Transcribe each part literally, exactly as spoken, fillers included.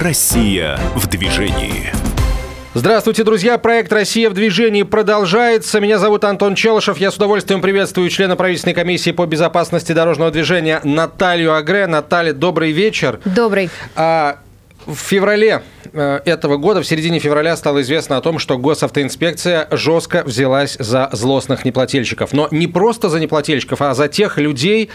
Россия в движении. Здравствуйте, друзья! Проект «Россия в движении» продолжается. Меня зовут Антон Челышев. Я с удовольствием приветствую члена правительственной комиссии по безопасности дорожного движения Наталью Агре. Наталья, добрый вечер. Добрый. А, в феврале этого года, в середине февраля, стало известно о том, что госавтоинспекция жестко взялась за злостных неплательщиков. Но не просто за неплательщиков, а за тех людей,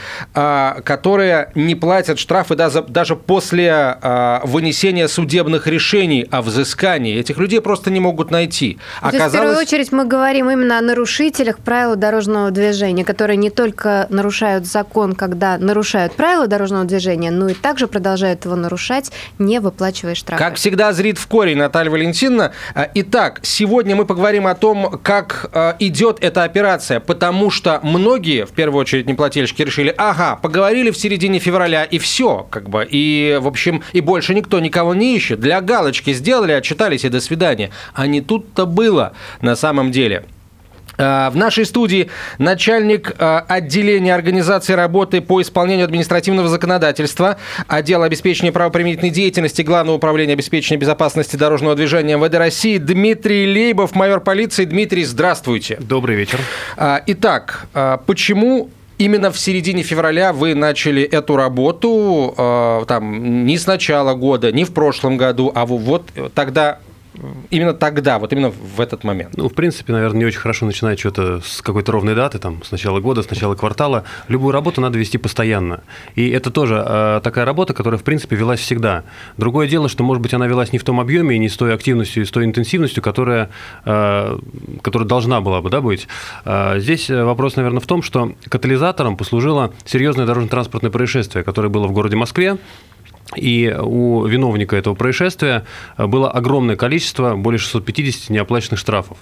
которые не платят штрафы даже после вынесения судебных решений о взыскании. Этих людей просто не могут найти. Оказалось... В первую очередь мы говорим именно о нарушителях правил дорожного движения, которые не только нарушают закон, когда нарушают правила дорожного движения, но и также продолжают его нарушать, не выплачивая штрафы. Как всегда, зрит в корень Наталья Валентиновна. Итак, сегодня мы поговорим о том, как идет эта операция, потому что многие, в первую очередь неплательщики, решили, ага, поговорили в середине февраля, и все, как бы, и, в общем, и больше никто никого не ищет. Для галочки сделали, отчитались, и до свидания. А не тут-то было на самом деле. В нашей студии начальник отделения организации работы по исполнению административного законодательства, отдела обеспечения правоприменительной деятельности Главного управления обеспечения безопасности дорожного движения эм вэ дэ России Дмитрий Лейбов, майор полиции. Дмитрий, здравствуйте. Добрый вечер. Итак, почему именно в середине февраля вы начали эту работу, там, не с начала года, не в прошлом году, а вот тогда... Именно тогда, вот именно в этот момент. Ну, в принципе, наверное, не очень хорошо начинать что-то с какой-то ровной даты, там, с начала года, с начала квартала. Любую работу надо вести постоянно. И это тоже э, такая работа, которая, в принципе, велась всегда. Другое дело, что, может быть, она велась не в том объеме, и не с той активностью, и с той интенсивностью, которая, э, которая должна была бы, да, быть. Э, здесь вопрос, наверное, в том, что катализатором послужило серьезное дорожно-транспортное происшествие, которое было в городе Москве. И у виновника этого происшествия было огромное количество, более шестьсот пятьдесят неоплаченных штрафов.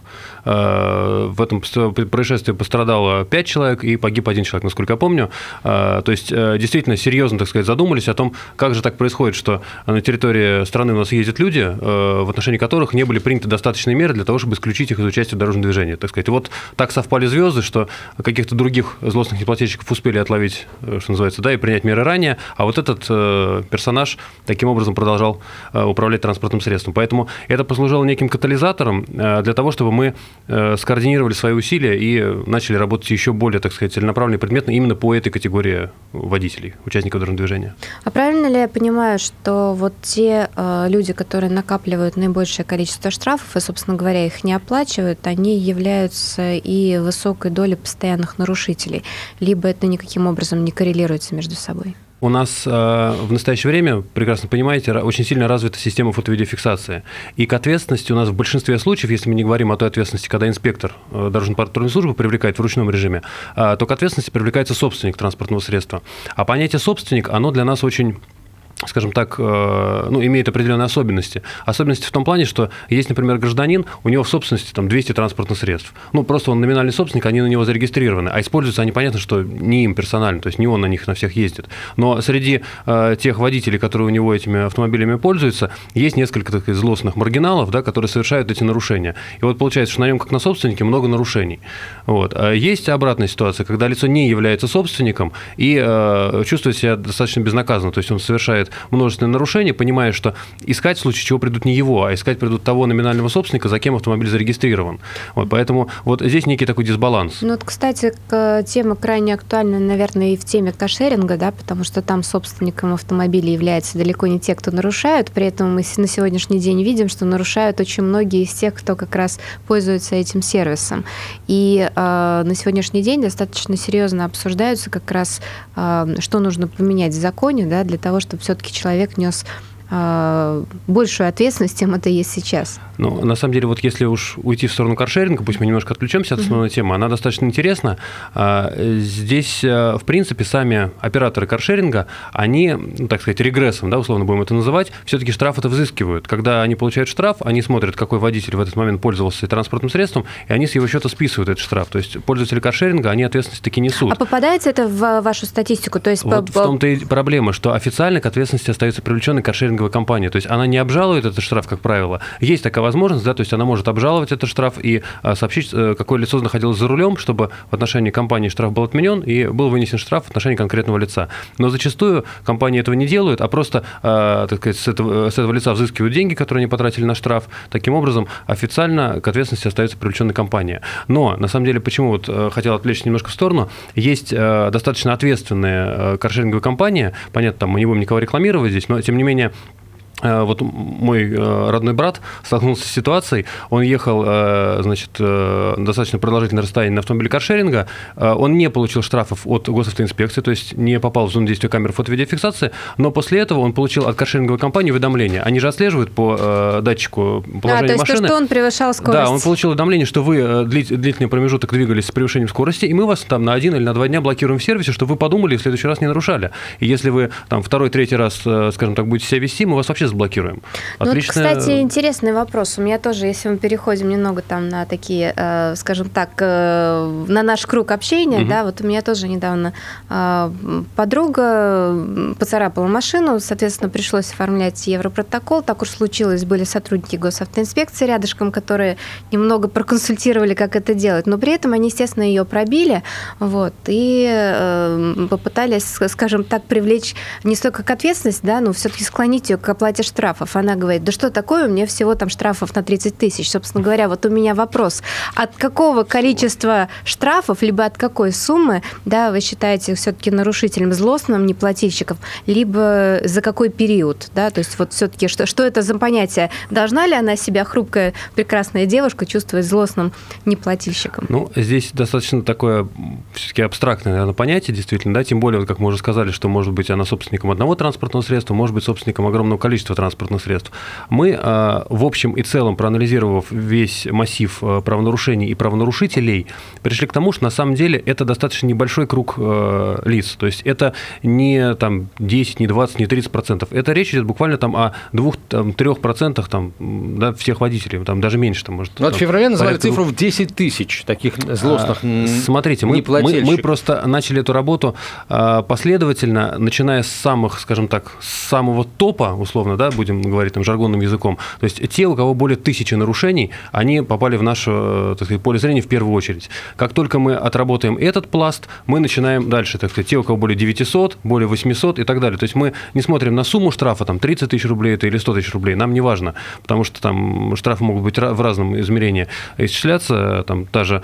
В этом происшествии пострадало пять человек и погиб один человек, насколько я помню. То есть действительно серьезно, так сказать, задумались о том, как же так происходит, что на территории страны у нас ездят люди, в отношении которых не были приняты достаточные меры для того, чтобы исключить их из участия в дорожном движении. Так сказать. И вот так совпали звезды, что каких-то других злостных неплательщиков успели отловить, что называется, да, и принять меры ранее, а вот этот персонаж таким образом продолжал управлять транспортным средством. Поэтому это послужило неким катализатором для того, чтобы мы скоординировали свои усилия и начали работать еще более, так сказать, целенаправленно и предметно именно по этой категории водителей, участников дорожного движения. А правильно ли я понимаю, что вот те люди, которые накапливают наибольшее количество штрафов и, собственно говоря, их не оплачивают, они являются и высокой долей постоянных нарушителей, либо это никаким образом не коррелируется между собой? У нас э, в настоящее время, прекрасно понимаете, очень сильно развита система фото-видеофиксации. И к ответственности у нас в большинстве случаев, если мы не говорим о той ответственности, когда инспектор э, дорожно-патрульной службы привлекает в ручном режиме, э, то к ответственности привлекается собственник транспортного средства. А понятие «собственник», оно для нас очень... скажем так, ну, имеет определенные особенности. Особенности в том плане, что есть, например, гражданин, у него в собственности там двести транспортных средств. Ну, просто он номинальный собственник, они на него зарегистрированы, а используются они, понятно, что не им персонально, то есть не он на них на всех ездит. Но среди э, тех водителей, которые у него этими автомобилями пользуются, есть несколько таких злостных маргиналов, да, которые совершают эти нарушения. И вот получается, что на нем, как на собственнике, много нарушений. Вот. А есть обратная ситуация, когда лицо не является собственником и э, чувствует себя достаточно безнаказанно, то есть он совершает множественные нарушения, понимая, что искать в случае чего придут не его, а искать придут того номинального собственника, за кем автомобиль зарегистрирован. Вот, поэтому вот здесь некий такой дисбаланс. Ну, вот, кстати, тема крайне актуальна, наверное, и в теме каршеринга, да, потому что там собственником автомобиля являются далеко не те, кто нарушают, при этом мы на сегодняшний день видим, что нарушают очень многие из тех, кто как раз пользуется этим сервисом. И э, на сегодняшний день достаточно серьезно обсуждаются как раз, э, что нужно поменять в законе, да, для того, чтобы все-таки человек нес большую ответственность, чем это есть сейчас. Ну, на самом деле, вот если уж уйти в сторону каршеринга, пусть мы немножко отключимся от основной mm-hmm. темы, она достаточно интересна. Здесь, в принципе, сами операторы каршеринга, они, ну, так сказать, регрессом, да, условно будем это называть, все-таки штрафы-то взыскивают. Когда они получают штраф, они смотрят, какой водитель в этот момент пользовался транспортным средством, и они с его счета списывают этот штраф. То есть пользователи каршеринга, они ответственность таки несут. А попадается это в вашу статистику? То есть вот по... в том-то и проблема, что официально к ответственности остается привлеченный каршеринговый каршеринговая компания. То есть она не обжалует этот штраф, как правило. Есть такая возможность, да, то есть она может обжаловать этот штраф и сообщить, какое лицо находилось за рулем, чтобы в отношении компании штраф был отменен и был вынесен штраф в отношении конкретного лица. Но зачастую компании этого не делают, а просто, так сказать, с этого, с этого лица взыскивают деньги, которые они потратили на штраф. Таким образом, официально к ответственности остается привлеченная компания. Но, на самом деле, почему вот хотел отвлечься немножко в сторону, есть достаточно ответственная каршеринговая компания, понятно, там мы не будем никого рекламировать здесь, но, тем не менее, вот мой родной брат столкнулся с ситуацией, он ехал, значит, достаточно продолжительное расстояние на автомобиле каршеринга, он не получил штрафов от госавтоинспекции, то есть не попал в зону действия камер фото-видеофиксации, но после этого он получил от каршеринговой компании уведомление. Они же отслеживают по датчику положения а, то есть машины. То, что он превышал скорость. Да, он получил уведомление, что вы длительный промежуток двигались с превышением скорости, и мы вас там на один или на два дня блокируем в сервисе, чтобы вы подумали и в следующий раз не нарушали. И если вы там второй, третий раз, скажем так, будете себя вести, мы вас вообще заблокируем. Ну, Отличная... вот, кстати, интересный вопрос. У меня тоже, если мы переходим немного там на такие, э, скажем так, э, на наш круг общения, угу. да, вот у меня тоже недавно э, подруга поцарапала машину, соответственно, пришлось оформлять европротокол. Так уж случилось, были сотрудники госавтоинспекции рядышком, которые немного проконсультировали, как это делать, но при этом они, естественно, ее пробили, вот, и э, попытались, скажем так, привлечь не столько к ответственности, да, но все-таки склонить ее к оплате штрафов. Она говорит, да что такое, у меня всего там штрафов на тридцать тысяч. Собственно говоря, вот у меня вопрос, от какого количества штрафов, либо от какой суммы, да, вы считаете все-таки нарушителем злостным неплательщиков, либо за какой период, да, то есть вот все-таки что, что это за понятие? Должна ли она себя, хрупкая, прекрасная девушка, чувствовать злостным неплательщиком? Ну, здесь достаточно такое все-таки абстрактное, наверное, понятие, действительно, да, тем более, вот, как мы уже сказали, что может быть она собственником одного транспортного средства, может быть собственником огромного количества транспортных средств. Мы, в общем и целом, проанализировав весь массив правонарушений и правонарушителей, пришли к тому, что на самом деле это достаточно небольшой круг лиц. То есть это не там, десять, не двадцать, не тридцать процентов. Это речь идет буквально там, о двух-трёх процентах там, да, всех водителей, там, даже меньше. Там, может, Но там, в феврале назвали порядка... цифру в десять тысяч таких злостных а, Смотрите, мы, мы, мы просто начали эту работу последовательно, начиная с самых, скажем так, с самого топа, условно, да, будем говорить там жаргонным языком. То есть те, у кого более тысячи нарушений, они попали в наше, так сказать, поле зрения в первую очередь. Как только мы отработаем этот пласт, мы начинаем дальше, так сказать, те, у кого более девятисот, более восьмисот и так далее. То есть мы не смотрим на сумму штрафа, там, тридцать тысяч рублей это или сто тысяч рублей, нам не важно, потому что там штрафы могут быть в разном измерении исчисляться. Там та же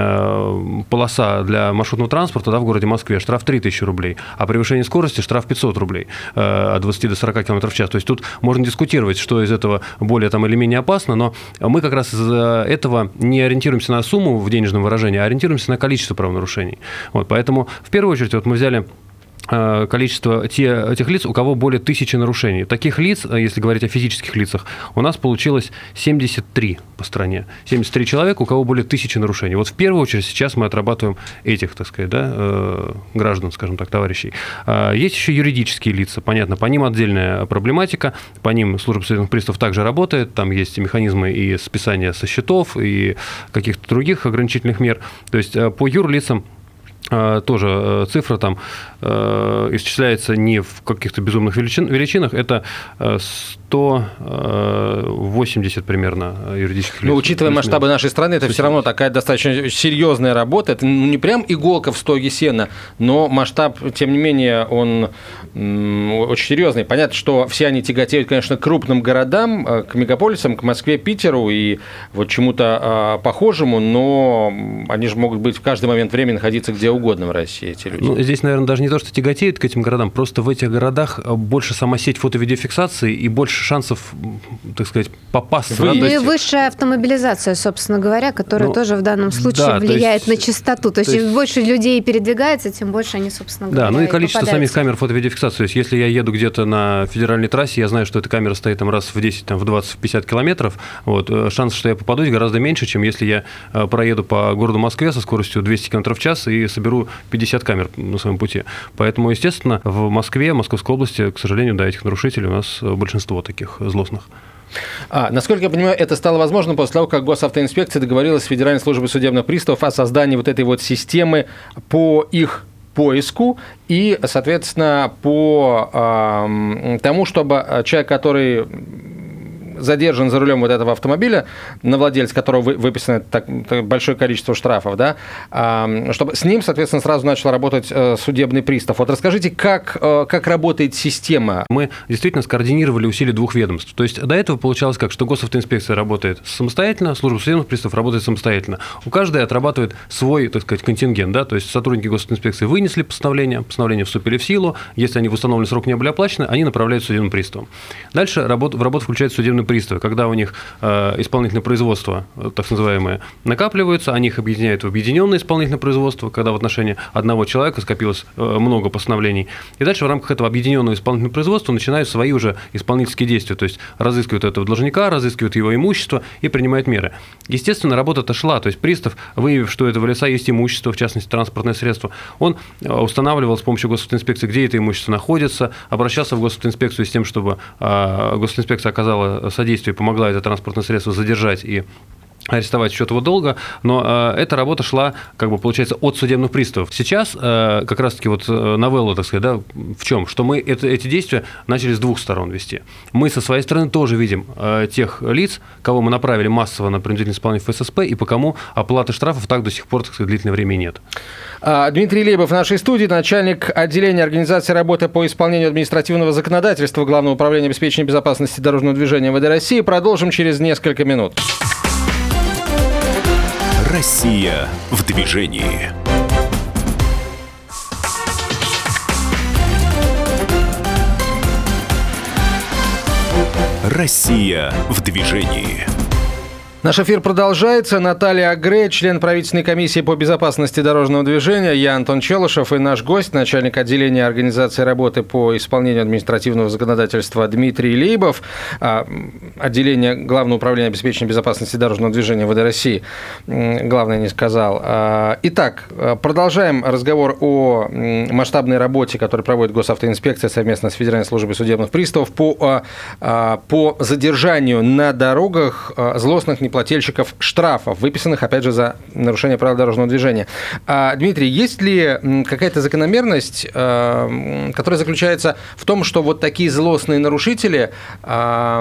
э, полоса для маршрутного транспорта, да, в городе Москве, штраф три тысячи рублей, а превышение скорости штраф пятьсот рублей э, от двадцати до сорока километров в час. То есть тут можно дискутировать, что из этого более там, или менее опасно, но мы как раз из-за этого не ориентируемся на сумму в денежном выражении, а ориентируемся на количество правонарушений. Вот, поэтому в первую очередь вот мы взяли количество те, тех лиц, у кого более тысячи нарушений. Таких лиц, если говорить о физических лицах, у нас получилось семьдесят три по стране. семьдесят три человека, у кого более тысячи нарушений. Вот в первую очередь сейчас мы отрабатываем этих, так сказать, да, граждан, скажем так, товарищей. Есть еще юридические лица, понятно, по ним отдельная проблематика, по ним служба судебных приставов также работает, там есть механизмы и списания со счетов, и каких-то других ограничительных мер. То есть по юрлицам тоже цифра там э, исчисляется не в каких-то безумных величин, величинах, это сто восемьдесят примерно юридических лиц. Но учитывая масштабы нашей страны, это все равно такая достаточно серьезная работа. Это не прям иголка в стоге сена, но масштаб, тем не менее, он очень серьезный. Понятно, что все они тяготеют, конечно, к крупным городам, к мегаполисам, к Москве, Питеру и вот чему-то похожему, но они же могут быть в каждый момент времени находиться где угодно в России, эти люди. Ну, здесь, наверное, даже не то, что тяготеют к этим городам, просто в этих городах больше сама сеть фото-видеофиксации и больше шансов, так сказать, попасться. Ну да? и высшая автомобилизация, собственно говоря, которая ну, тоже в данном случае да, влияет то есть, на частоту. То есть, то есть, чем больше людей передвигается, тем больше они, собственно говоря, да, ну и количество попадаются. Самих камер фото-видеофиксации. То есть, если я еду где-то на федеральной трассе, я знаю, что эта камера стоит там раз в десять, там, в двадцать, в пятьдесят километров, вот, шанс, что я попадусь, гораздо меньше, чем если я проеду по городу Москве со скоростью двести километров в час и соберу пятьдесят камер на своем пути. Поэтому, естественно, в Москве, Московской области, к сожалению, да, этих нарушителей у нас большинство таких злостных. А, насколько я понимаю, это стало возможным после того, как госавтоинспекция договорилась с Федеральной службой судебных приставов о создании вот этой вот системы по их поиску и, соответственно, по э, тому, чтобы человек, который задержан за рулем вот этого автомобиля, на владельца которого выписано так, так большое количество штрафов, да, чтобы с ним, соответственно, сразу начал работать судебный пристав. Вот расскажите, как, как работает система? Мы действительно скоординировали усилия двух ведомств. То есть до этого получалось как, что госавтоинспекция работает самостоятельно, служба судебных приставов работает самостоятельно. У каждой отрабатывает свой, так сказать, контингент, да, то есть сотрудники госавтоинспекции вынесли постановление, постановление вступили в силу, если они в установленный срок не были оплачены, они направляют судебным приставам. Дальше работу, в работу включает судебный приставы, когда у них э, исполнительное производство, так называемое, накапливаются, они их объединяют в объединенное исполнительное производство, когда в отношении одного человека скопилось э, много постановлений. И дальше в рамках этого объединенного исполнительного производства начинают свои уже исполнительские действия, то есть разыскивают этого должника, разыскивают его имущество и принимают меры. Естественно, работа-то шла, то есть пристав, выявив, что у этого лица есть имущество, в частности, транспортное средство, он устанавливал с помощью госавтоинспекции, где это имущество находится, обращался в госавтоинспекцию с тем, чтобы э, госавтоинспекция оказала содействие, помогла это транспортное средство задержать и арестовать счет его долга, но э, эта работа шла, как бы, получается, от судебных приставов. Сейчас э, как раз-таки вот новелла, так сказать, да, в чем? Что мы это, эти действия начали с двух сторон вести. Мы со своей стороны тоже видим э, тех лиц, кого мы направили массово на принудительное исполнение в эс эс пэ, и по кому оплаты штрафов так до сих пор, так сказать, длительное время нет. Дмитрий Лейбов в нашей студии, начальник отделения организации работы по исполнению административного законодательства Главного управления обеспечения безопасности дорожного движения эм вэ дэ России. Продолжим через несколько минут. Россия в движении. Россия в движении. Наш эфир продолжается. Наталья Агре, член правительственной комиссии по безопасности дорожного движения. Я Антон Челышев и наш гость, начальник отделения организации работы по исполнению административного законодательства Дмитрий Лейбов, отделение Главного управления обеспечения безопасности дорожного движения эм вэ дэ России. Главное не сказал. Итак, продолжаем разговор о масштабной работе, которую проводит госавтоинспекция совместно с Федеральной службой судебных приставов по, по задержанию на дорогах злостных неплательщиков плательщиков штрафов, выписанных, опять же, за нарушение правил дорожного движения. А, Дмитрий, есть ли какая-то закономерность, а, которая заключается в том, что вот такие злостные нарушители а,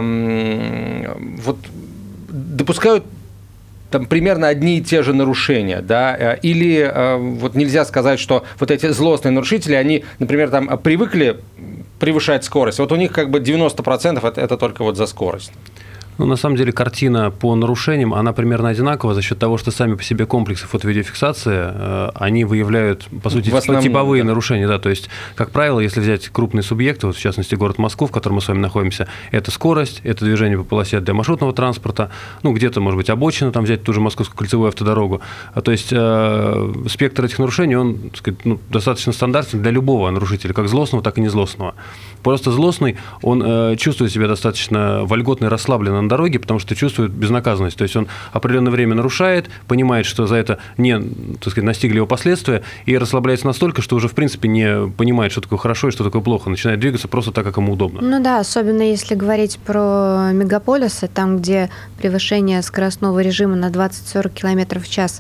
вот, допускают там примерно одни и те же нарушения, да, или а, вот нельзя сказать, что вот эти злостные нарушители, они, например, там привыкли превышать скорость, вот у них как бы девяносто процентов это, это только вот за скорость. Ну, на самом деле, картина по нарушениям, она примерно одинакова за счет того, что сами по себе комплексы фото-видеофиксации, э, они выявляют, по сути, основном, типовые да. нарушения. Да, то есть, как правило, если взять крупные субъекты, вот, в частности, город Москву, в котором мы с вами находимся, это скорость, это движение по полосе для маршрутного транспорта, ну, где-то, может быть, обочина, там взять ту же Московскую кольцевую автодорогу. То есть, э, спектр этих нарушений, он, так сказать, ну, достаточно стандартен для любого нарушителя, как злостного, так и незлостного. Просто злостный, он э, чувствует себя достаточно вольготно и расслабленно на дороге, потому что чувствует безнаказанность. То есть он определенное время нарушает, понимает, что за это не, так сказать, настигли его последствия, и расслабляется настолько, что уже в принципе не понимает, что такое хорошо и что такое плохо, начинает двигаться просто так, как ему удобно. Ну да, особенно если говорить про мегаполисы, там, где превышение скоростного режима на двадцать-сорок километров в час,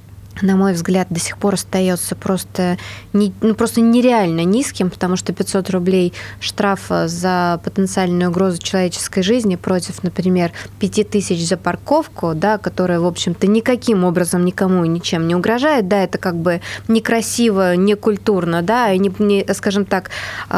на мой взгляд, до сих пор остается просто, не, ну, просто нереально низким, потому что пятьсот рублей штрафа за потенциальную угрозу человеческой жизни против, например, пять тысяч за парковку, да, которая, в общем-то, никаким образом никому ничем не угрожает, да, это как бы некрасиво, некультурно, да, и, не, не, скажем так,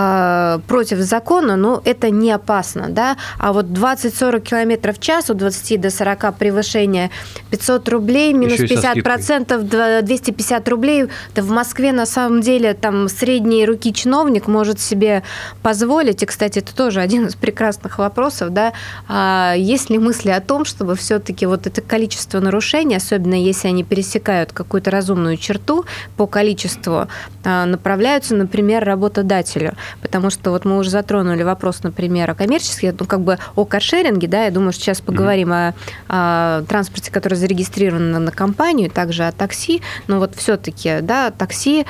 э, против закона, но это не опасно, да, а вот двадцать-сорок километров в час, от двадцати до сорока превышение пятьсот рублей, минус пятьдесят процентов, двести пятьдесят рублей, да в Москве на самом деле там средней руки чиновник может себе позволить, и, кстати, это тоже один из прекрасных вопросов, да, а есть ли мысли о том, чтобы все-таки вот это количество нарушений, особенно если они пересекают какую-то разумную черту по количеству, направляются, например, работодателю, потому что вот мы уже затронули вопрос, например, о коммерческих, ну, как бы о каршеринге, да, я думаю, что сейчас поговорим mm-hmm. о, о транспорте, который зарегистрирован на, на компанию, также о такси. такси, но вот все-таки, да, такси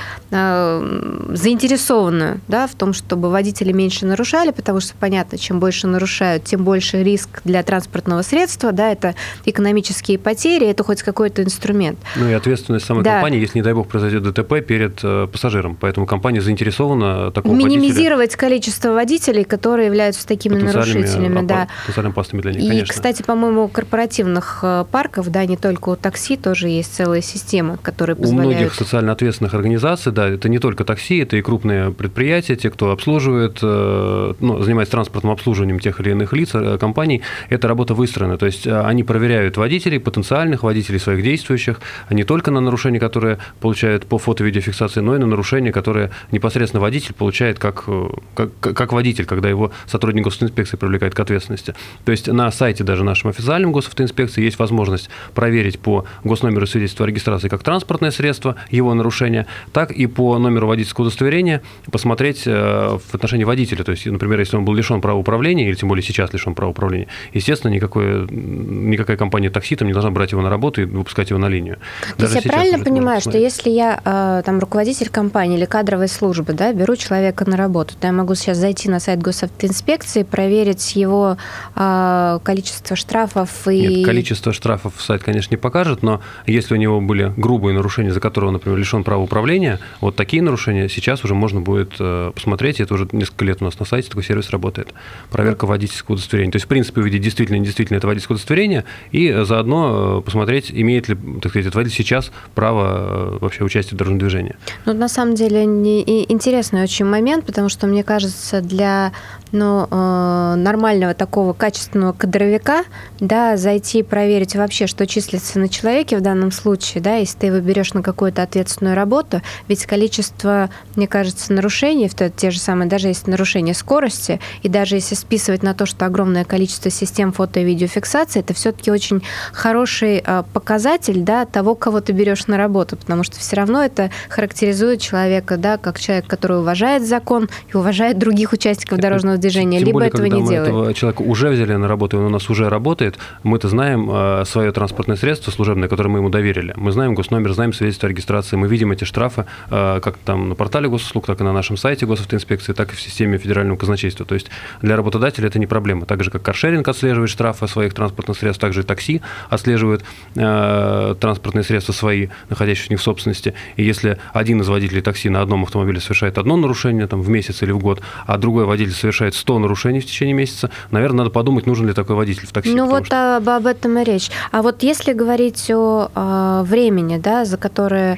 э, заинтересованы, да, в том, чтобы водители меньше нарушали, потому что, понятно, чем больше нарушают, тем больше риск для транспортного средства, да, это экономические потери, это хоть какой-то инструмент. Ну и ответственность самой да. компании, если, не дай бог, произойдет ДТП перед э, пассажиром. Поэтому компания заинтересована такого минимизировать водителя... количество водителей, которые являются такими нарушителями. Опа- да. потенциально опасными для них, и, конечно. кстати, по-моему, у корпоративных парков, да, не только у такси, тоже есть целая система, которая позволяет... У многих социально ответственных организаций, да, это не только такси, это и крупные предприятия, те, кто обслуживает, ну, занимается транспортным обслуживанием тех или иных лиц, компаний, эта работа выстроена. То есть они проверяют водителей, потенциальных водителей своих действующих, не только на нарушения, которые получают по фото-видеофиксации, но и на нарушения, которые непосредственно водитель получает как, как, как водитель, когда его сотрудник госинспекции привлекает к ответственности. То есть на сайте даже нашем официальном госавтоинспекции есть возможность проверить по госномеру свидетельства о регистрации как транспортное средство, его нарушение, так и по номеру водительского удостоверения посмотреть в отношении водителя. То есть, например, если он был лишен права управления, или тем более сейчас лишен права управления, естественно, никакое, никакая компания такси там не должна брать его на работу и выпускать его на линию. То есть я правильно понимаю, что если я там руководитель компании или кадровой службы, да, беру человека на работу, то я могу сейчас зайти на сайт госавтоинспекции, проверить его э, количество штрафов и... Нет, количество штрафов сайт, конечно, не покажет, но если у него были грубые нарушения, за которые он, например, лишен права управления, вот такие нарушения сейчас уже можно будет посмотреть, это уже несколько лет у нас на сайте такой сервис работает. Проверка водительского удостоверения. То есть, в принципе, увидеть действительно недействительно это водительское удостоверение и заодно посмотреть, имеет ли, так сказать, этот водитель сейчас право вообще участия в дорожном движении. Ну, на самом деле, не, интересный очень момент, потому что, мне кажется, для ну, э, нормального такого качественного кадровика, да, зайти и проверить вообще, что числится на человеке в данном случае, да, если ты его берешь на какую-то ответственную работу, ведь количество, мне кажется, нарушений, в те же самые, даже если нарушение скорости, и даже если списывать на то, что огромное количество систем фото- и видеофиксации, это все-таки очень хороший э, показатель, да, того, кого ты берешь на работу, потому что все равно это характеризует человека, да, как человек, который уважает закон и уважает других участников дорожного движения, Тем либо более, этого не мы делает. Этого человека уже взяли на работу, и он у нас уже работает, мы-то знаем э, свое транспортное средство служебное, которое мы ему доверили. Мы знаем госномер, знаем свидетельство о регистрации, мы видим эти штрафы э, как там на портале госуслуг, так и на нашем сайте госавтоинспекции, так и в системе федерального казначейства. То есть для работодателя это не проблема. Так же, как каршеринг отслеживает штрафы своих транспортных средств, так же и такси отслеживают э, транспортные средства свои, находящиеся у них в собственности. И если один из водителей такси на одном автомобиле совершает одно нарушение там, в месяц или в год, а другой водитель совершает сто нарушений в течение месяца, наверное, надо подумать, нужен ли такой водитель в такси. Ну вот что... об, об этом и речь. А вот если говорить о, о времени, да, за которое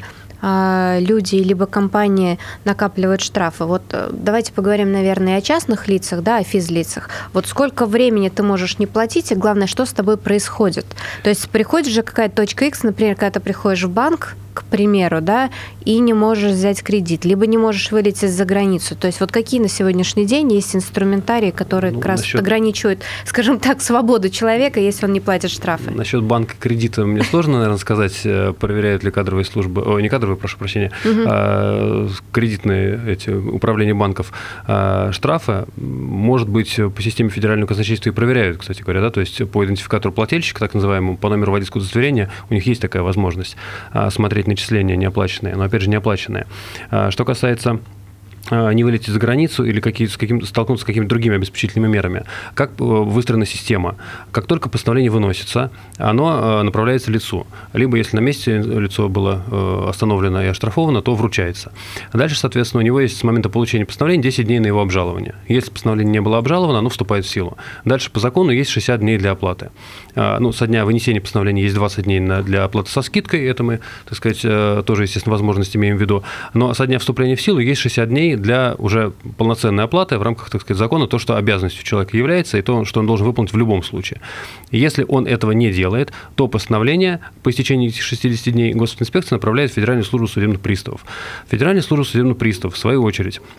люди либо компании накапливают штрафы. Вот давайте поговорим, наверное, о частных лицах, да, о физлицах. Вот сколько времени ты можешь не платить, и главное, что с тобой происходит. То есть приходит же какая-то точка X, например, когда ты приходишь в банк, к примеру, да, и не можешь взять кредит, либо не можешь вылететь за границу. То есть вот какие на сегодняшний день есть инструментарии, которые ну, как раз насчет... ограничивают, скажем так, свободу человека, если он не платит штрафы? Насчет банка кредита мне сложно, наверное, сказать, проверяют ли кадровые службы, о, не кадровые, прошу прощения, угу. а, кредитные эти, управления банков а, штрафы, может быть, по системе федерального казначейства и проверяют, кстати говоря, да, то есть по идентификатору плательщика, так называемому, по номеру водительского удостоверения, у них есть такая возможность а, смотреть начисления неоплаченные, но, опять же, неоплаченные. А, что касается не вылететь за границу или какие, с каким, столкнуться с какими-то другими обеспечительными мерами. Как выстроена система? Как только постановление выносится, оно направляется лицу. Либо, если на месте лицо было остановлено и оштрафовано, то вручается. А дальше, соответственно, у него есть с момента получения постановления десять дней на его обжалование. Если постановление не было обжаловано, оно вступает в силу. Дальше по закону есть шестьдесят дней для оплаты. Ну, со дня вынесения постановления есть двадцать дней для оплаты со скидкой. Это мы, так сказать, тоже, естественно, возможность имеем в виду. Но со дня вступления в силу есть шестьдесят дней для уже полноценной оплаты в рамках, так сказать, закона, то, что обязанностью человека является, и то, что он должен выполнить в любом случае. И если он этого не делает, то постановление по истечении шестидесяти дней госинспекция направляет в Федеральную службу судебных приставов. Федеральная служба судебных приставов, в свою очередь,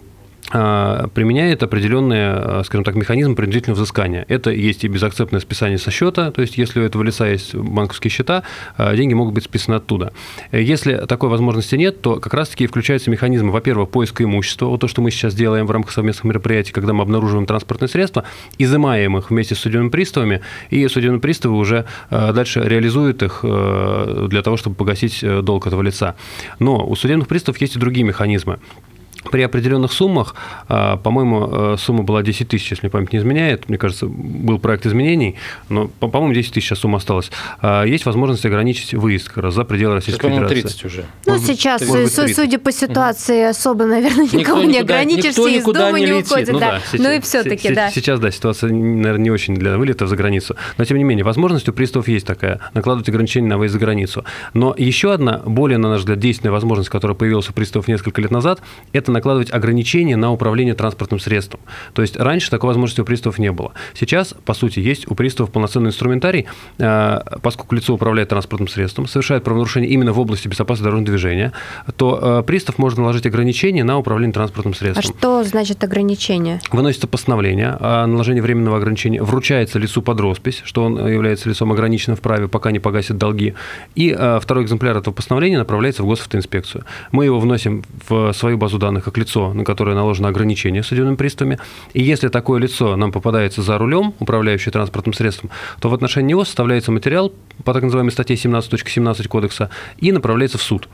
применяет определенные, скажем так, механизмы принудительного взыскания. Это есть и безакцептное списание со счета, то есть если у этого лица есть банковские счета, деньги могут быть списаны оттуда. Если такой возможности нет, то как раз-таки включаются механизмы, во-первых, поиска имущества, вот то, что мы сейчас делаем в рамках совместных мероприятий, когда мы обнаруживаем транспортные средства, изымаем их вместе с судебными приставами, и судебные приставы уже дальше реализуют их для того, чтобы погасить долг этого лица. Но у судебных приставов есть и другие механизмы. При определенных суммах, по-моему, сумма была десять тысяч, если мне память не изменяет, мне кажется, был проект изменений, но, по-моему, десять тысяч сейчас сумма осталась, есть возможность ограничить выезд как раз за пределы Российской Федерации. тридцать уже. Ну, может, сейчас, тридцать. судя по ситуации, угу. особо, наверное, никого никто не никуда, ограничишь, никто все из дома не, не уходят. Ну, да. да, сейчас, ну и все-таки, да. Сейчас, да, ситуация, наверное, не очень для вылетов за границу, но, тем не менее, возможность у приставов есть такая, накладывать ограничения на выезд за границу. Но еще одна, более, на наш взгляд, действенная возможность, которая появилась у приставов несколько лет назад, это накладывать ограничения на управление транспортным средством. То есть раньше такой возможности у приставов не было. Сейчас, по сути, есть у приставов полноценный инструментарий, поскольку лицо управляет транспортным средством, совершает правонарушение именно в области безопасности дорожного движения, то пристав может наложить ограничения на управление транспортным средством. А что значит ограничение? Выносится постановление о наложении временного ограничения, вручается лицу под роспись, что он является лицом ограниченным в праве, пока не погасит долги, и второй экземпляр этого постановления направляется в госавтоинспекцию. Мы его вносим в свою базу данных как лицо, на которое наложено ограничение судебными приставами, и если такое лицо нам попадается за рулем, управляющее транспортным средством, то в отношении него составляется материал по так называемой статье семнадцать точка семнадцать кодекса и направляется в суд.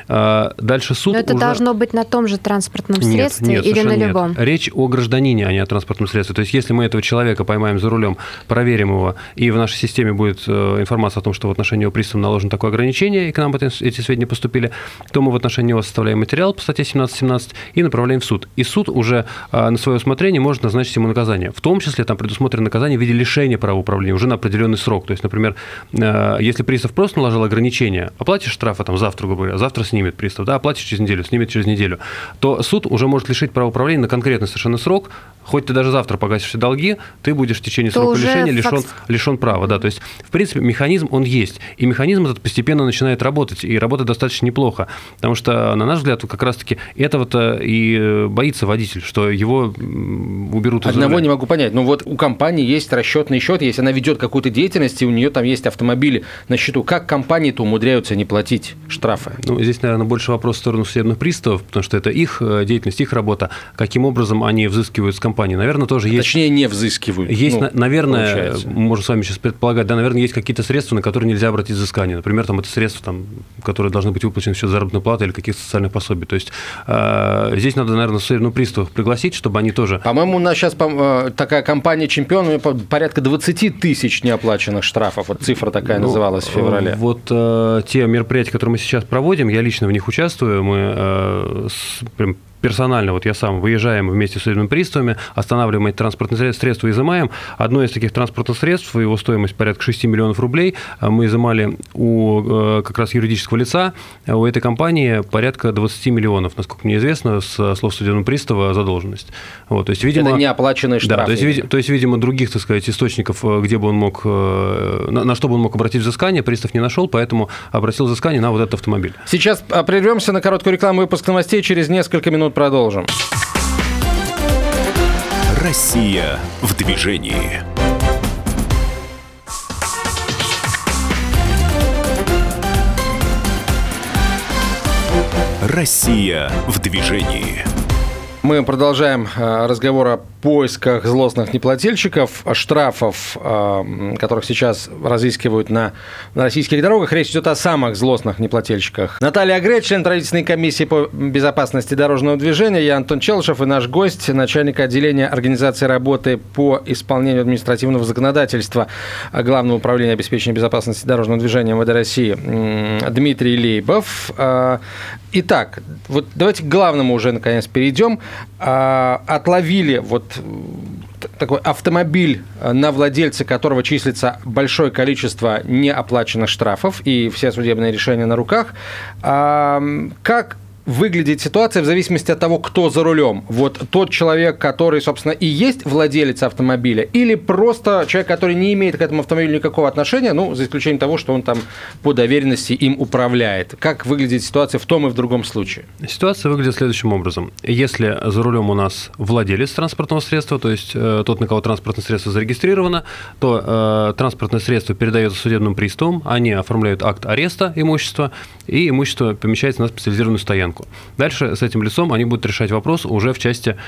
Дальше суд Но это уже... должно быть на том же транспортном нет, средстве нет, или на нет. любом? Речь о гражданине, а не о транспортном средстве. То есть если мы этого человека поймаем за рулем, проверим его, и в нашей системе будет информация о том, что в отношении его приставом наложено такое ограничение, и к нам эти сведения поступили, то мы в отношении него составляем материал по статье семнадцать семнадцать и направляем в суд. И суд уже на свое усмотрение может назначить ему наказание. В том числе там предусмотрено наказание в виде лишения права управления уже на определенный срок. То есть, например, если пристав просто наложил ограничение, оплатишь штрафа там завтра, грубо говоря, завтра снимет пристав, да, оплатишь через неделю, снимет через неделю, то суд уже может лишить права управления на конкретный совершенно срок. Хоть ты даже завтра погасишь все долги, ты будешь в течение то срока лишения лишен, факт... лишен права. Да. То есть, в принципе, механизм, он есть. И механизм этот постепенно начинает работать. И работает достаточно неплохо. Потому что, на наш взгляд, как раз-таки этого-то и боится водитель, что его уберут из Одного руля. не могу понять. Ну вот у компании есть расчетный счет, если она ведет какую-то деятельность, и у нее там есть автомобили на счету. Как компании-то умудряются не платить штрафы? Ну, здесь, наверное, больше вопрос в сторону судебных приставов, потому что это их деятельность, их работа. Каким образом они взыскивают с компании? Наверное, тоже есть... Точнее, не взыскивают. Есть, ну, наверное, получается. можно с вами сейчас предполагать, да, наверное, есть какие-то средства, на которые нельзя обратить взыскание. Например, там это средства, там, которые должны быть выплачены в счет заработной платы или каких-то социальных пособий. То есть э, здесь надо, наверное, судебных приставов пригласить, чтобы они тоже... По-моему, у нас сейчас такая компания «Чемпион», порядка двадцать тысяч неоплаченных штрафов. Вот цифра такая ну, называлась в феврале. Вот э, те мероприятия, которые мы сейчас проводим, я лично в них участвую. Мы э, с, прям, персонально, вот я сам, выезжаем вместе с судебными приставами, останавливаем эти транспортные средства, изымаем. Одно из таких транспортных средств, его стоимость порядка шесть миллионов рублей, мы изымали у как раз юридического лица, у этой компании порядка двадцать миллионов, насколько мне известно, с слов судебного пристава задолженность. Вот, то есть, видимо, это неоплаченные штрафы. Да, то есть, то есть, видимо, других, так сказать, источников, где бы он мог, на, на что бы он мог обратить взыскание, пристав не нашел, поэтому обратил взыскание на вот этот автомобиль. Сейчас прервемся на короткую рекламу, выпуск новостей, через несколько минут продолжим. Россия в движении. Россия в движении. Мы продолжаем разговор о поисках злостных неплательщиков, штрафов, которых сейчас разыскивают на российских дорогах. Речь идет о самых злостных неплательщиках. Наталья Агре, член правительственной комиссии по безопасности дорожного движения. Я Антон Челышев и наш гость, начальник отделения организации работы по исполнению административного законодательства Главного управления обеспечения безопасности дорожного движения эм вэ дэ России Дмитрий Лейбов. Итак, вот давайте к главному уже наконец перейдем. Отловили вот такой автомобиль, на владельце которого числится большое количество неоплаченных штрафов и все судебные решения на руках. Как выглядит ситуация в зависимости от того, кто за рулем? Вот тот человек, который, собственно, и есть владелец автомобиля, или просто человек, который не имеет к этому автомобилю никакого отношения, ну, за исключением того, что он там по доверенности им управляет. Как выглядит ситуация в том и в другом случае? Ситуация выглядит следующим образом. Если за рулем у нас владелец транспортного средства, то есть э, тот, на кого транспортное средство зарегистрировано, то э, транспортное средство передается судебным приставам, они оформляют акт ареста имущества, и имущество помещается на специализированную стоянку. Дальше с этим лицом они будут решать вопрос уже в части,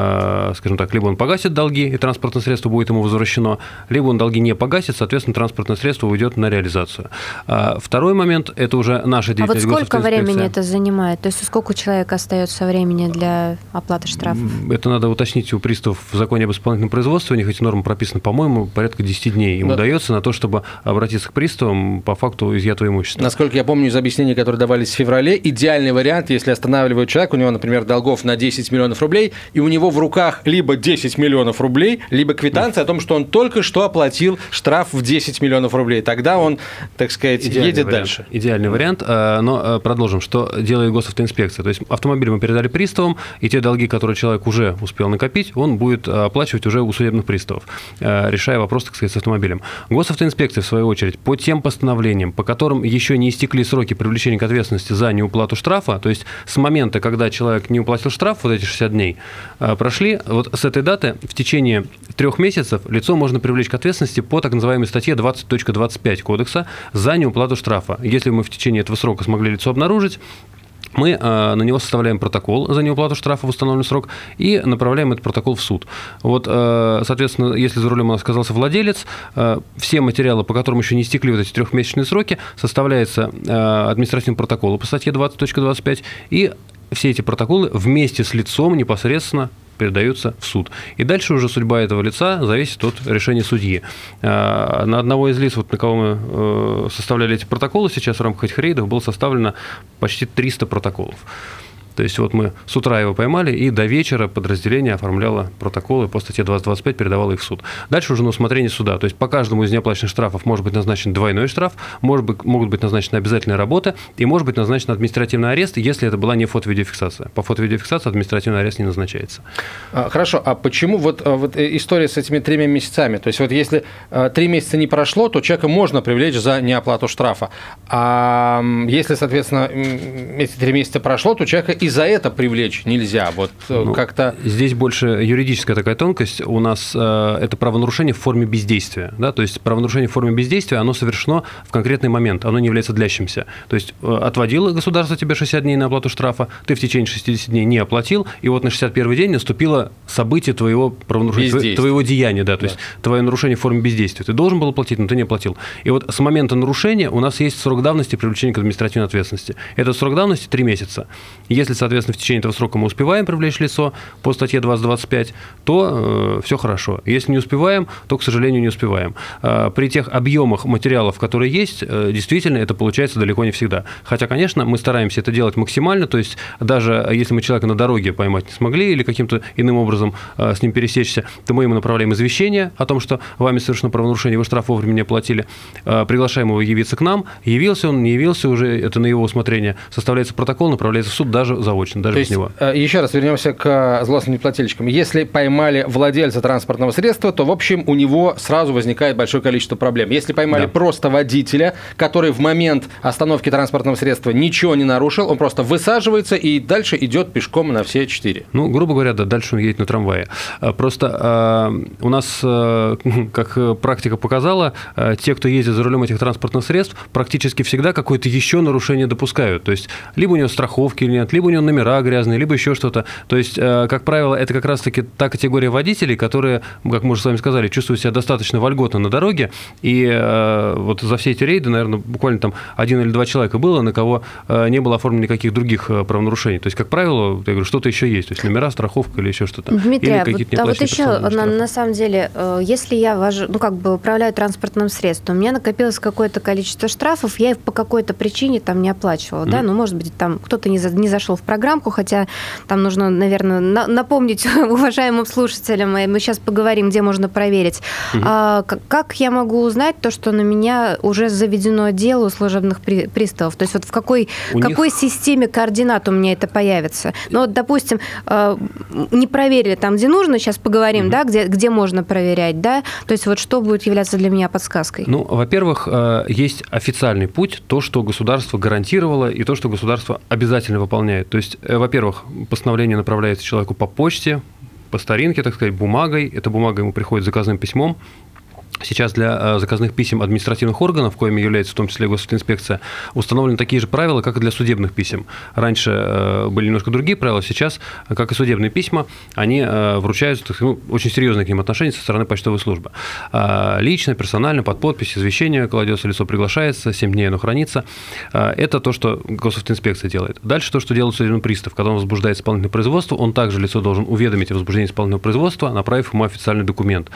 э, скажем так, либо он погасит долги, и транспортное средство будет ему возвращено, либо он долги не погасит, соответственно, транспортное средство уйдет на реализацию. А второй момент – это уже наша деятельность. А вот сколько времени это занимает? То есть сколько у человека остается времени для оплаты штрафов? Это надо уточнить у приставов в законе об исполнительном производстве. У них эти нормы прописаны, по-моему, порядка десять дней. Им да. удается на то, чтобы обратиться к приставам по факту изъятого имущества. Насколько я помню из объяснений, которые давались в феврале, идеальный вариант, если останавливают человека, у него, например, долгов на десять миллионов рублей, и у него в руках либо десять миллионов рублей, либо квитанция да. о том, что он только что оплатил штраф в десять миллионов рублей. Тогда он, так сказать, идеальный едет вариант. дальше. Идеальный вариант, но продолжим. Что делает госавтоинспекция? То есть автомобиль мы передали приставам, и те долги, которые человек уже успел накопить, он будет оплачивать уже у судебных приставов, решая вопрос, так сказать, с автомобилем. Госавтоинспекция, в свою очередь, по тем постановлениям, по которым еще не истекли сроки привлечения к ответственности за неуплату штрафа, то есть с момента, когда человек не уплатил штраф, вот эти шестьдесят дней прошли, вот с этой даты в течение трех месяцев лицо можно привлечь к ответственности по так называемой статье двадцать точка двадцать пять Кодекса за неуплату штрафа. Если мы в течение этого срока смогли лицо обнаружить, мы э, на него составляем протокол за неуплату штрафа в установленный срок и направляем этот протокол в суд. Вот, э, соответственно, если за рулем у нас оказался владелец, э, все материалы, по которым еще не истекли вот эти трехмесячные сроки, составляется э, административный протокол по статье двадцать точка двадцать пять, и все эти протоколы вместе с лицом непосредственно передаются в суд. И дальше уже судьба этого лица зависит от решения судьи. На одного из лиц, вот на кого мы составляли эти протоколы, сейчас в рамках этих рейдов было составлено почти триста протоколов. То есть вот мы с утра его поймали, и до вечера подразделение оформляло протоколы по статье двадцать двадцать пять, передавало их в суд. Дальше уже на усмотрение суда. То есть по каждому из неоплаченных штрафов может быть назначен двойной штраф, может быть, могут быть назначены обязательные работы, и может быть назначен административный арест, если это была не фото-видеофиксация. По фото-видеофиксации административный арест не назначается. Хорошо, а почему вот, вот история с этими тремя месяцами? То есть вот если три месяца не прошло, то человека можно привлечь за неоплату штрафа. А если, соответственно, эти три месяца прошло, то человека и за это привлечь нельзя. Вот ну, как-то... Здесь больше юридическая такая тонкость. У нас э, это правонарушение в форме бездействия. Да? То есть правонарушение в форме бездействия, оно совершено в конкретный момент, оно не является длящимся. То есть э, отводило государство тебе шестьдесят дней на оплату штрафа, ты в течение шестидесяти дней не оплатил, и вот на шестьдесят первый день наступило событие твоего правонарушения, твоего деяния. Да? То да. есть твое нарушение в форме бездействия. Ты должен был оплатить, но ты не оплатил. И вот с момента нарушения у нас есть срок давности привлечения к административной ответственности. Этот срок давности три месяца. Если, соответственно, в течение этого срока мы успеваем привлечь лицо по статье двадцать двадцать пять, то э, все хорошо. Если не успеваем, то, к сожалению, не успеваем. Э, при тех объемах материалов, которые есть, э, действительно, это получается далеко не всегда. Хотя, конечно, мы стараемся это делать максимально, то есть даже если мы человека на дороге поймать не смогли или каким-то иным образом э, с ним пересечься, то мы ему направляем извещение о том, что вами совершено правонарушение, вы штраф вовремя не оплатили, э, приглашаем его явиться к нам, явился он, не явился уже, это на его усмотрение, составляется протокол, направляется в суд даже заочно, даже то без есть, него. Еще раз вернемся к злостным неплательщикам. Если поймали владельца транспортного средства, то, в общем, у него сразу возникает большое количество проблем. Если поймали да. просто водителя, который в момент остановки транспортного средства ничего не нарушил, он просто высаживается и дальше идет пешком на все четыре. Ну, грубо говоря, да, дальше он едет на трамвае. Просто э, у нас, э, как практика показала, э, те, кто ездит за рулем этих транспортных средств, практически всегда какое-то еще нарушение допускают. То есть либо у него страховки нет, либо у него номера грязные, либо еще что-то. То есть, как правило, это как раз-таки та категория водителей, которые, как мы уже с вами сказали, чувствуют себя достаточно вольготно на дороге. И вот за все эти рейды, наверное, буквально там один или два человека было, на кого не было оформлено никаких других правонарушений. То есть, как правило, я говорю, что-то еще есть. То есть, номера, страховка или еще что-то. Дмитрий, или а вот, а вот еще, на, на самом деле, если я вожу, ну, как бы управляю транспортным средством, у меня накопилось какое-то количество штрафов, я их по какой-то причине там не оплачивала, mm-hmm. да, ну, может быть, там кто-то не, за, не зашел в программку, хотя там нужно, наверное, на- напомнить уважаемым слушателям, и мы сейчас поговорим, где можно проверить. Угу. А, как я могу узнать то, что на меня уже заведено дело у служебных при- приставов? То есть вот в какой, какой них... системе координат у меня это появится? Ну вот, допустим, не проверили там, где нужно, сейчас поговорим, угу. да, где, где можно проверять, да? То есть вот что будет являться для меня подсказкой? Ну, во-первых, есть официальный путь, то, что государство гарантировало, и то, что государство обязательно выполняет. То есть, во-первых, постановление направляется человеку по почте, по старинке, так сказать, бумагой. Эта бумага ему приходит заказным письмом. Сейчас для заказных писем административных органов, коими является в том числе госинспекция, установлены такие же правила, как и для судебных писем. Раньше были немножко другие правила, сейчас, как и судебные письма, они вручаются, так сказать, ну, очень серьезные к ним отношения со стороны почтовой службы. Лично, персонально, под подпись, извещение кладется, лицо приглашается, семь дней оно хранится. Это то, что госинспекция делает. Дальше то, что делает судебный пристав. Когда он возбуждает исполнительное производство, он также лицо должен уведомить о возбуждении исполнительного производства, направив ему официальный документ,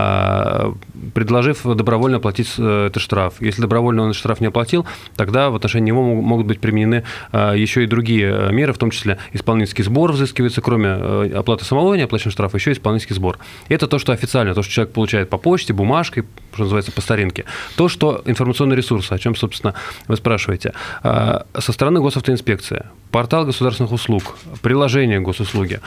предложив добровольно оплатить этот штраф. Если добровольно он этот штраф не оплатил, тогда в отношении него могут быть применены еще и другие меры, в том числе исполнительский сбор взыскивается, кроме оплаты самого неоплаченного штрафа, еще и исполнительский сбор. Это то, что официально, то, что человек получает по почте, бумажкой, что называется, по старинке. То, что информационные ресурсы, о чем, собственно, вы спрашиваете. Со стороны госавтоинспекции, портал государственных услуг, приложение госуслуги,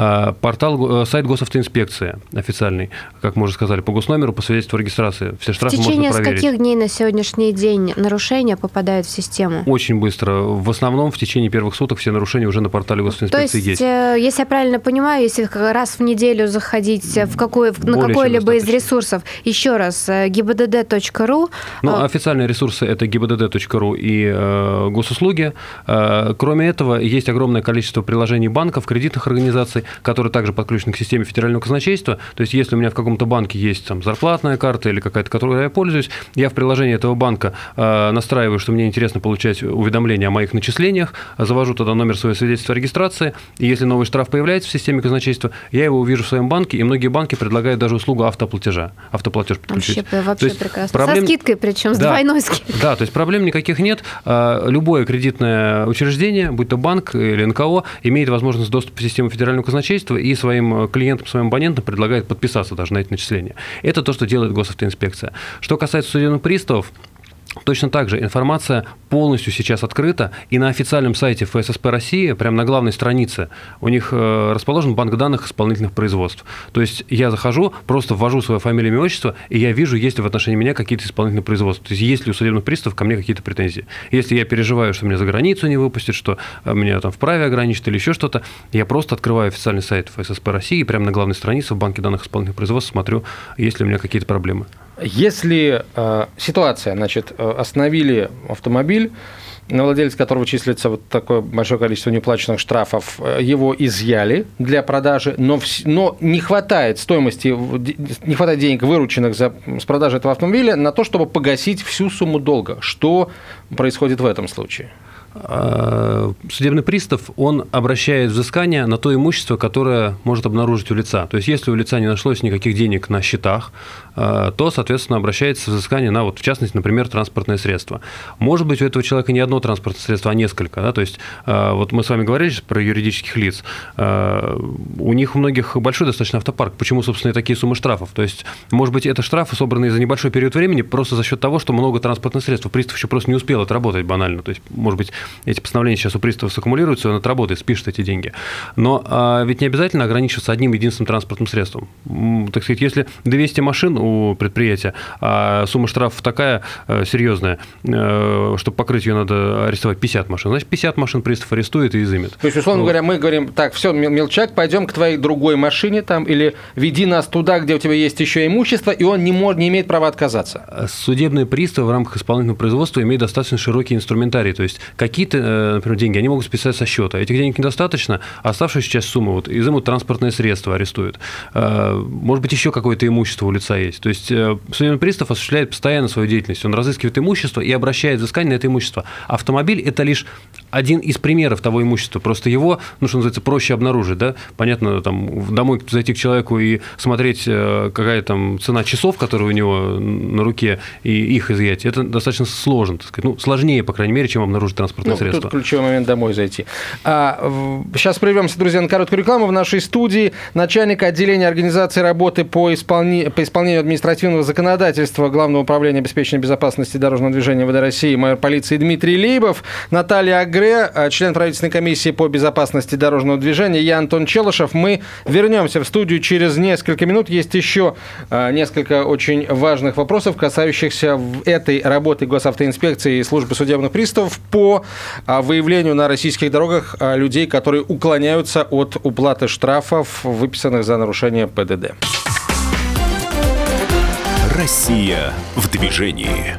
портал, сайт госавтоинспекции официальный, как мы уже сказали, по госномеру, по свидетельству регистрации. Все штрафы можно проверить. В течение скольких дней на сегодняшний день нарушения попадают в систему? Очень быстро. В основном в течение первых суток все нарушения уже на портале госинспекции есть. То есть, есть. Если я правильно понимаю, если раз в неделю заходить в какой, на какой-либо из ресурсов, еще раз, ги би ди ди точка ру. Ну, официальные ресурсы – это ги би ди ди точка ру и э, госуслуги. Э, кроме этого, есть огромное количество приложений банков, кредитных организаций, которые также подключены к системе федерального казначейства. То есть, если у меня в каком-то банке есть там зарплатная карта или какая-то, которой я пользуюсь, я в приложении этого банка э, настраиваю, что мне интересно получать уведомления о моих начислениях, завожу туда номер своего свидетельства о регистрации, и если новый штраф появляется в системе казначейства, я его увижу в своем банке, и многие банки предлагают даже услугу автоплатежа, автоплатеж подключить. Вообще, вообще прекрасно. Проблем... Со скидкой, причем с да, двойной скидкой. Да, то есть проблем никаких нет. Любое кредитное учреждение, будь то банк или эн ка о, имеет возможность доступа в систему федерального казначейства и своим клиентам, своим абонентам предлагает подписаться даже на эти начисления. Это то, что делает госавтоинспекция. Что касается судебных приставов, точно так же информация полностью сейчас открыта, и на официальном сайте эф эс эс пэ России, прямо на главной странице, у них расположен банк данных исполнительных производств. То есть я захожу, просто ввожу свою фамилию, имя, отчество, и я вижу, есть ли в отношении меня какие-то исполнительные производства. То есть есть ли у судебных приставов ко мне какие-то претензии. Если я переживаю, что меня за границу не выпустят, что меня там вправе ограничат или еще что-то, я просто открываю официальный сайт эф эс эс пэ России, и прямо на главной странице в банке данных исполнительных производств смотрю, есть ли у меня какие-то проблемы. Если э, ситуация, значит, остановили автомобиль, на владельца которого числится вот такое большое количество неуплаченных штрафов, его изъяли для продажи, но, но не хватает стоимости, не хватает денег, вырученных за, с продажи этого автомобиля, на то, чтобы погасить всю сумму долга. Что происходит в этом случае? Судебный пристав, он обращает взыскание на то имущество, которое может обнаружить у лица. То есть, если у лица не нашлось никаких денег на счетах, то, соответственно, обращается взыскание на, вот, в частности, например, транспортное средство. Может быть, у этого человека не одно транспортное средство, а несколько. Да? То есть, вот мы с вами говорили сейчас про юридических лиц. У них у многих большой достаточно автопарк. Почему, собственно, и такие суммы штрафов? То есть, может быть, это штрафы, собранные за небольшой период времени, просто за счет того, что много транспортных средств. Пристав еще просто не успел отработать банально. То есть, может быть, эти постановления сейчас у пристава саккумулируются, он отработает, спишет эти деньги. Но а, ведь не обязательно ограничиваться одним единственным транспортным средством. Так сказать, если двести машин у предприятия, а сумма штрафов такая а, серьезная, а, чтобы покрыть ее, надо арестовать пятьдесят машин, значит, пятьдесят машин пристав арестует и изымет. То есть, условно вот. говоря, мы говорим, так, все, мелчак, пойдем к твоей другой машине там, или веди нас туда, где у тебя есть еще имущество, и он не, может, не имеет права отказаться. Судебные приставы в рамках исполнительного производства имеют достаточно широкий инструментарий, то есть какие-то, например, деньги, они могут списать со счета. Этих денег недостаточно, а оставшуюся часть суммы вот, изымут транспортное средство, арестуют. Может быть, еще какое-то имущество у лица есть. То есть судебный пристав осуществляет постоянно свою деятельность. Он разыскивает имущество и обращает взыскание на это имущество. Автомобиль – это лишь один из примеров того имущества. Просто его, ну, что называется, проще обнаружить, да. Понятно, там, домой зайти к человеку и смотреть, какая там цена часов, которые у него на руке, и их изъять, это достаточно сложно, так сказать. Ну, сложнее, по крайней мере, чем обнаружить транспортное ну, средство. Тут ключевой момент домой зайти. А, сейчас прервемся, друзья, на короткую рекламу. В нашей студии начальник отделения организации работы по, исполни... по исполнению административного законодательства Главного управления обеспечения безопасности дорожного движения МВД России, майор полиции Дмитрий Лейбов, Наталья Агре, член правительственной комиссии по безопасности дорожного движения, я Антон Челышев. Мы вернемся в студию через несколько минут. Есть еще несколько очень важных вопросов, касающихся этой работы госавтоинспекции и службы судебных приставов по выявлению на российских дорогах людей, которые уклоняются от уплаты штрафов, выписанных за нарушение ПДД. Россия в движении.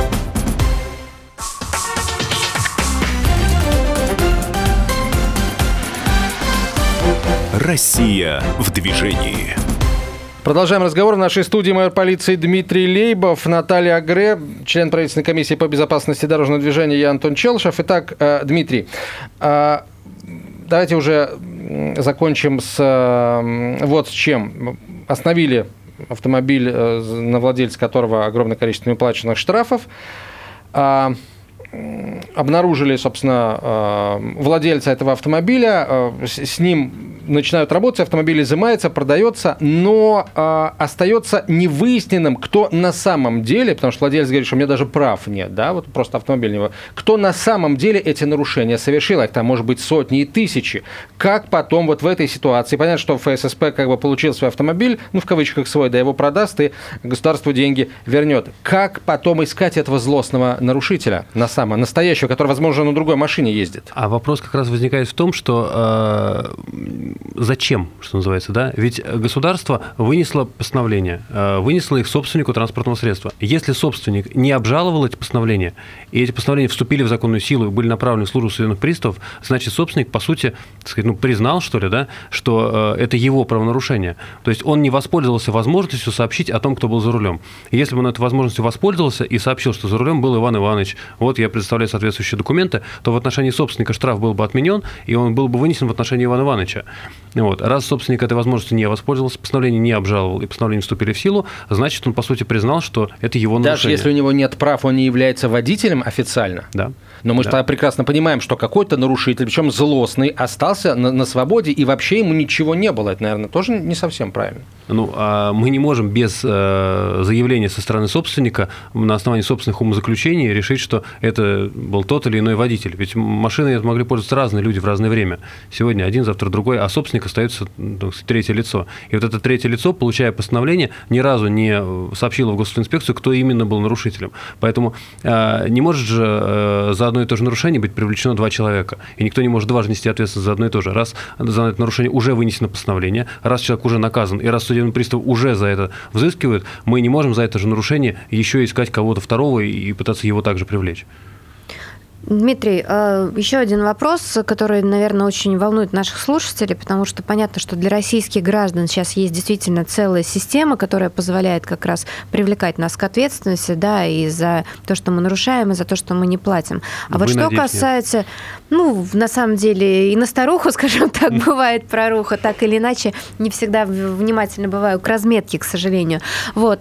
Россия в движении. Продолжаем разговор. В нашей студии майор полиции Дмитрий Лейбов, Наталья Агре, член правительственной комиссии по безопасности дорожного движения, я Антон Челышев. Итак, Дмитрий, давайте уже закончим с вот с чем. Остановили автомобиль, на владельца которого огромное количество неуплаченных штрафов. Обнаружили, собственно, владельца этого автомобиля, с ним начинают работать, автомобиль изымается, продается, но э, остается невыясненным, кто на самом деле, потому что владелец говорит, что у меня даже прав нет, да, вот просто автомобиль не... Кто на самом деле эти нарушения совершил, их там может быть сотни и тысячи. Как потом вот в этой ситуации, понятно, что ФССП как бы получил свой автомобиль, ну, в кавычках свой, да, его продаст и государству деньги вернет. Как потом искать этого злостного нарушителя, на самого, настоящего, который, возможно, на другой машине ездит? А вопрос как раз возникает в том, что... Э, зачем, что называется, да? Ведь государство вынесло постановление, вынесло их собственнику транспортного средства. Если собственник не обжаловал эти постановления, и эти постановления вступили в законную силу и были направлены в службу судебных приставов, значит, собственник, по сути, так сказать, ну, признал, что ли, да, что это его правонарушение. То есть он не воспользовался возможностью сообщить о том, кто был за рулем. И если бы он этой возможностью воспользовался и сообщил, что за рулем был Иван Иванович, вот я предоставляю соответствующие документы, то в отношении собственника штраф был бы отменен, и он был бы вынесен в отношении Ивана Ивановича. Вот. Раз собственник этой возможностью не воспользовался, постановление не обжаловал, и постановления вступили в силу, значит, он, по сути, признал, что это его нарушение. Даже если у него нет прав, он не является водителем официально? Да. Но мы да. же тогда прекрасно понимаем, что какой-то нарушитель, причем злостный, остался на, на свободе, и вообще ему ничего не было. Это, наверное, тоже не совсем правильно. Ну, а мы не можем без э, заявления со стороны собственника на основании собственных умозаключений решить, что это был тот или иной водитель. Ведь машиной могли пользоваться разные люди в разное время. Сегодня один, завтра другой, а собственник остается ну, третье лицо. И вот это третье лицо, получая постановление, ни разу не сообщило в госинспекцию, кто именно был нарушителем. Поэтому э, не может же э, за одно и то же нарушение быть привлечено два человека. И никто не может дважды нести ответственность за одно и то же. Раз за это нарушение уже вынесено постановление, раз человек уже наказан, и раз судебный пристав уже за это взыскивает, мы не можем за это же нарушение еще искать кого-то второго и пытаться его также привлечь. Дмитрий, еще один вопрос, который, наверное, очень волнует наших слушателей, потому что понятно, что для российских граждан сейчас есть действительно целая система, которая позволяет как раз привлекать нас к ответственности, да, и за то, что мы нарушаем, и за то, что мы не платим. А Вы вот что касается, ну, на самом деле, и на старуху, скажем так, бывает проруха, так или иначе, не всегда внимательно бываю к разметке, к сожалению. Вот.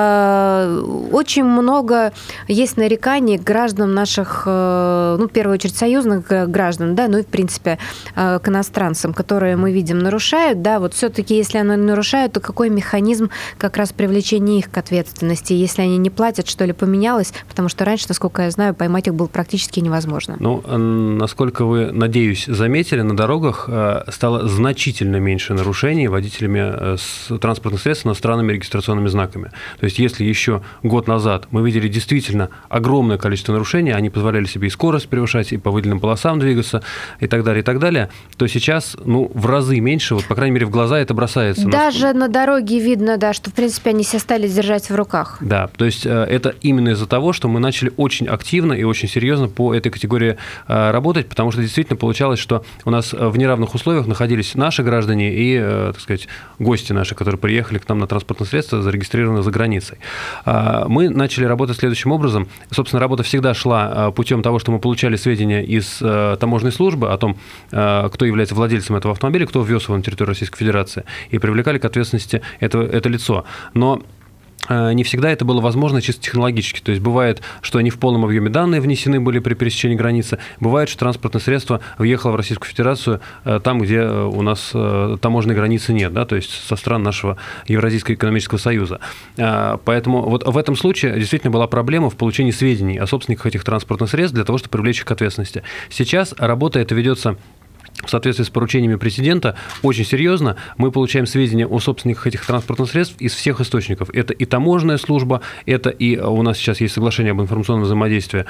Очень много есть нареканий к гражданам наших, ну, в первую очередь, союзных граждан, да, ну и, в принципе, к иностранцам, которые мы видим нарушают, да, вот все-таки, если они нарушают, то какой механизм как раз привлечения их к ответственности? Если они не платят, что ли, поменялось? Потому что раньше, насколько я знаю, поймать их было практически невозможно. Ну, насколько вы, надеюсь, заметили, на дорогах стало значительно меньше нарушений водителями транспортных средств с иностранными регистрационными знаками. То есть, если еще год назад мы видели действительно огромное количество нарушений, они позволяли себе и скорость превышать, и по выделенным полосам двигаться, и так далее, и так далее, то сейчас, ну, в разы меньше, вот, по крайней мере, в глаза это бросается. Даже на дороге видно, да, что, в принципе, они себя стали держать в руках. Да, то есть это именно из-за того, что мы начали очень активно и очень серьезно по этой категории работать, потому что действительно получалось, что у нас в неравных условиях находились наши граждане и, так сказать, гости наши, которые приехали к нам на транспортное средство, зарегистрированы за границей. Мы начали работать следующим образом. Собственно, работа всегда шла путем того, что что мы получали сведения из э, таможенной службы о том, э, кто является владельцем этого автомобиля, кто ввез его на территорию Российской Федерации, и привлекали к ответственности это, это лицо. Но не всегда это было возможно чисто технологически. То есть бывает, что они в полном объеме данные внесены были при пересечении границы. Бывает, что транспортное средство въехало в Российскую Федерацию там, где у нас таможенной границы нет, да, то есть со стран нашего Евразийского экономического союза. Поэтому вот в этом случае действительно была проблема в получении сведений о собственниках этих транспортных средств для того, чтобы привлечь их к ответственности. Сейчас работа эта ведется в соответствии с поручениями президента очень серьезно. Мы получаем сведения о собственниках этих транспортных средств из всех источников. Это и таможенная служба, это и у нас сейчас есть соглашение об информационном взаимодействии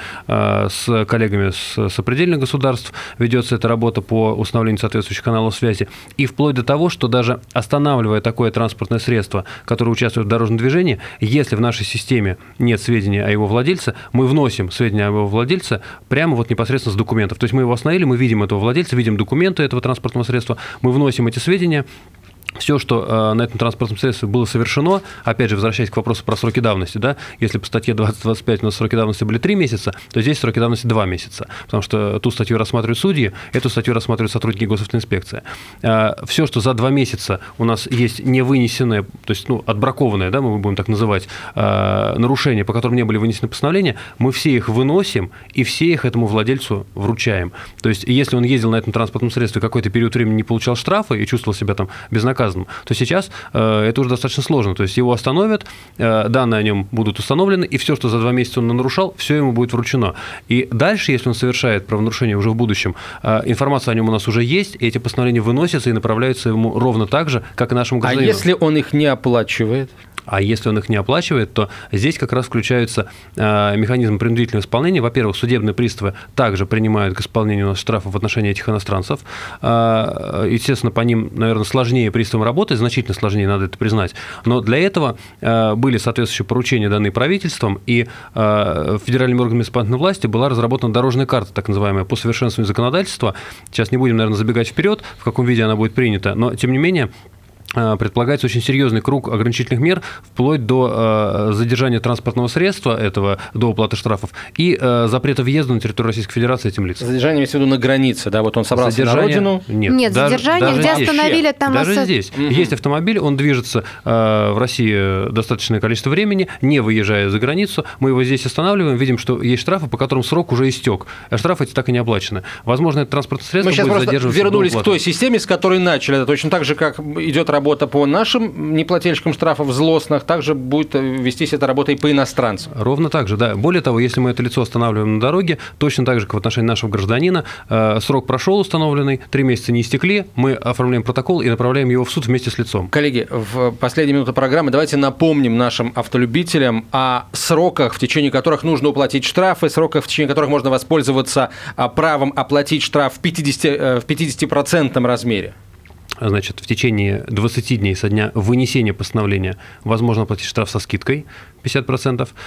с коллегами с сопредельных государств. Ведется эта работа по установлению соответствующих каналов связи. И вплоть до того, что даже останавливая такое транспортное средство, которое участвует в дорожном движении, если в нашей системе нет сведений о его владельце, мы вносим сведения о его владельце прямо вот непосредственно с документов. То есть мы его остановили, мы видим этого владельца, видим документы этого транспортного средства, мы вносим эти сведения. Все, что э, на этом транспортном средстве было совершено, опять же, возвращаясь к вопросу про сроки давности, да, если по статье двадцать двадцать пять у нас сроки давности были три месяца, то здесь сроки давности два месяца, потому что ту статью рассматривают судьи, эту статью рассматривают сотрудники госавтоинспекции. Э, все, что за два месяца у нас есть не вынесенное, то есть ну, отбракованное, да, мы будем так называть, э, нарушения, по которым не были вынесены постановления, мы все их выносим и все их этому владельцу вручаем. То есть если он ездил на этом транспортном средстве какой-то период времени не получал штрафы и чувствовал себя там безнаказанным, то сейчас э, это уже достаточно сложно. То есть его остановят, э, данные о нем будут установлены, и все, что за два месяца он нарушал, все ему будет вручено. И дальше, если он совершает правонарушение уже в будущем, э, информация о нем у нас уже есть, и эти постановления выносятся и направляются ему ровно так же, как и нашему гражданину. А если он их не оплачивает? А если он их не оплачивает, то здесь как раз включаются э, механизмы принудительного исполнения. Во-первых, судебные приставы также принимают к исполнению у нас штрафов в отношении этих иностранцев. Э, естественно, по ним, наверное, сложнее приставам работать, значительно сложнее, надо это признать. Но для этого э, были соответствующие поручения, данные правительством, и э, федеральными органами исполнительной власти была разработана дорожная карта, так называемая, по совершенствованию законодательства. Сейчас не будем, наверное, забегать вперед, в каком виде она будет принята, но, тем не менее, предполагается очень серьезный круг ограничительных мер, вплоть до э, задержания транспортного средства этого, до уплаты штрафов, и э, запрета въезда на территорию Российской Федерации этим лицам. Задержание, имеется в виду, на границе, да? Вот он собрался задержание... на родину? Нет, Нет даже, задержание, даже где здесь. остановили там... Даже осо... здесь. Угу. Есть автомобиль, он движется э, в России достаточное количество времени, не выезжая за границу, мы его здесь останавливаем, видим, что есть штрафы, по которым срок уже истек, а штрафы эти так и не оплачены. Возможно, это транспортное средство Мы сейчас будет просто задерживаться. вернулись к той системе, с которой начали. Это точно так же, как идет работа по нашим неплательщикам штрафов злостных, также будет вестись эта работа и по иностранцам. Ровно так же, да. Более того, если мы это лицо останавливаем на дороге, точно так же, как в отношении нашего гражданина, э, срок прошел установленный, три месяца не истекли, мы оформляем протокол и направляем его в суд вместе с лицом. Коллеги, в последние минуты программы давайте напомним нашим автолюбителям о сроках, в течение которых нужно уплатить штрафы, сроках, в течение которых можно воспользоваться правом оплатить штраф в пятидесятипроцентном размере. Значит, в течение двадцати дней со дня вынесения постановления возможно оплатить штраф со скидкой пятьдесят процентов.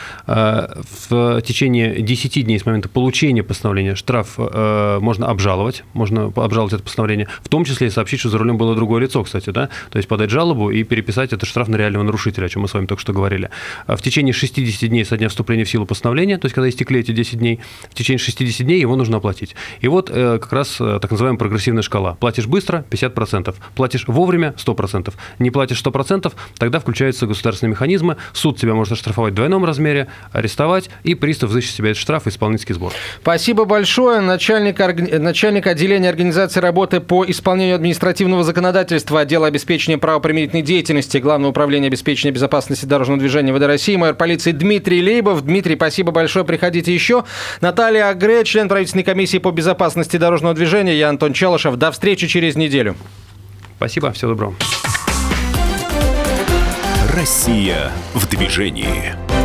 В течение десяти дней с момента получения постановления штраф можно обжаловать, можно обжаловать это постановление, в том числе и сообщить, что за рулем было другое лицо, кстати, да, то есть подать жалобу и переписать этот штраф на реального нарушителя, о чем мы с вами только что говорили. В течение шестидесяти дней со дня вступления в силу постановления, то есть когда истекли эти десять дней, в течение шестидесяти дней его нужно оплатить. И вот как раз так называемая прогрессивная шкала. Платишь быстро – пятьдесят процентов, платишь вовремя – сто процентов, не платишь сто процентов, тогда включаются государственные механизмы, суд тебя может оштрафовать в двойном размере, арестовать, и пристав взыщет себе этот штраф и исполнительский сбор. Спасибо большое. Начальник, начальник отделения организации работы по исполнению административного законодательства отдела обеспечения правоприменительной деятельности Главного управления обеспечения безопасности дорожного движения ВД России, майор полиции Дмитрий Лейбов. Дмитрий, спасибо большое. Приходите еще. Наталья Агре, член правительственной комиссии по безопасности дорожного движения. Я Антон Челышев. До встречи через неделю. Спасибо. Всего доброго. Россия в движении.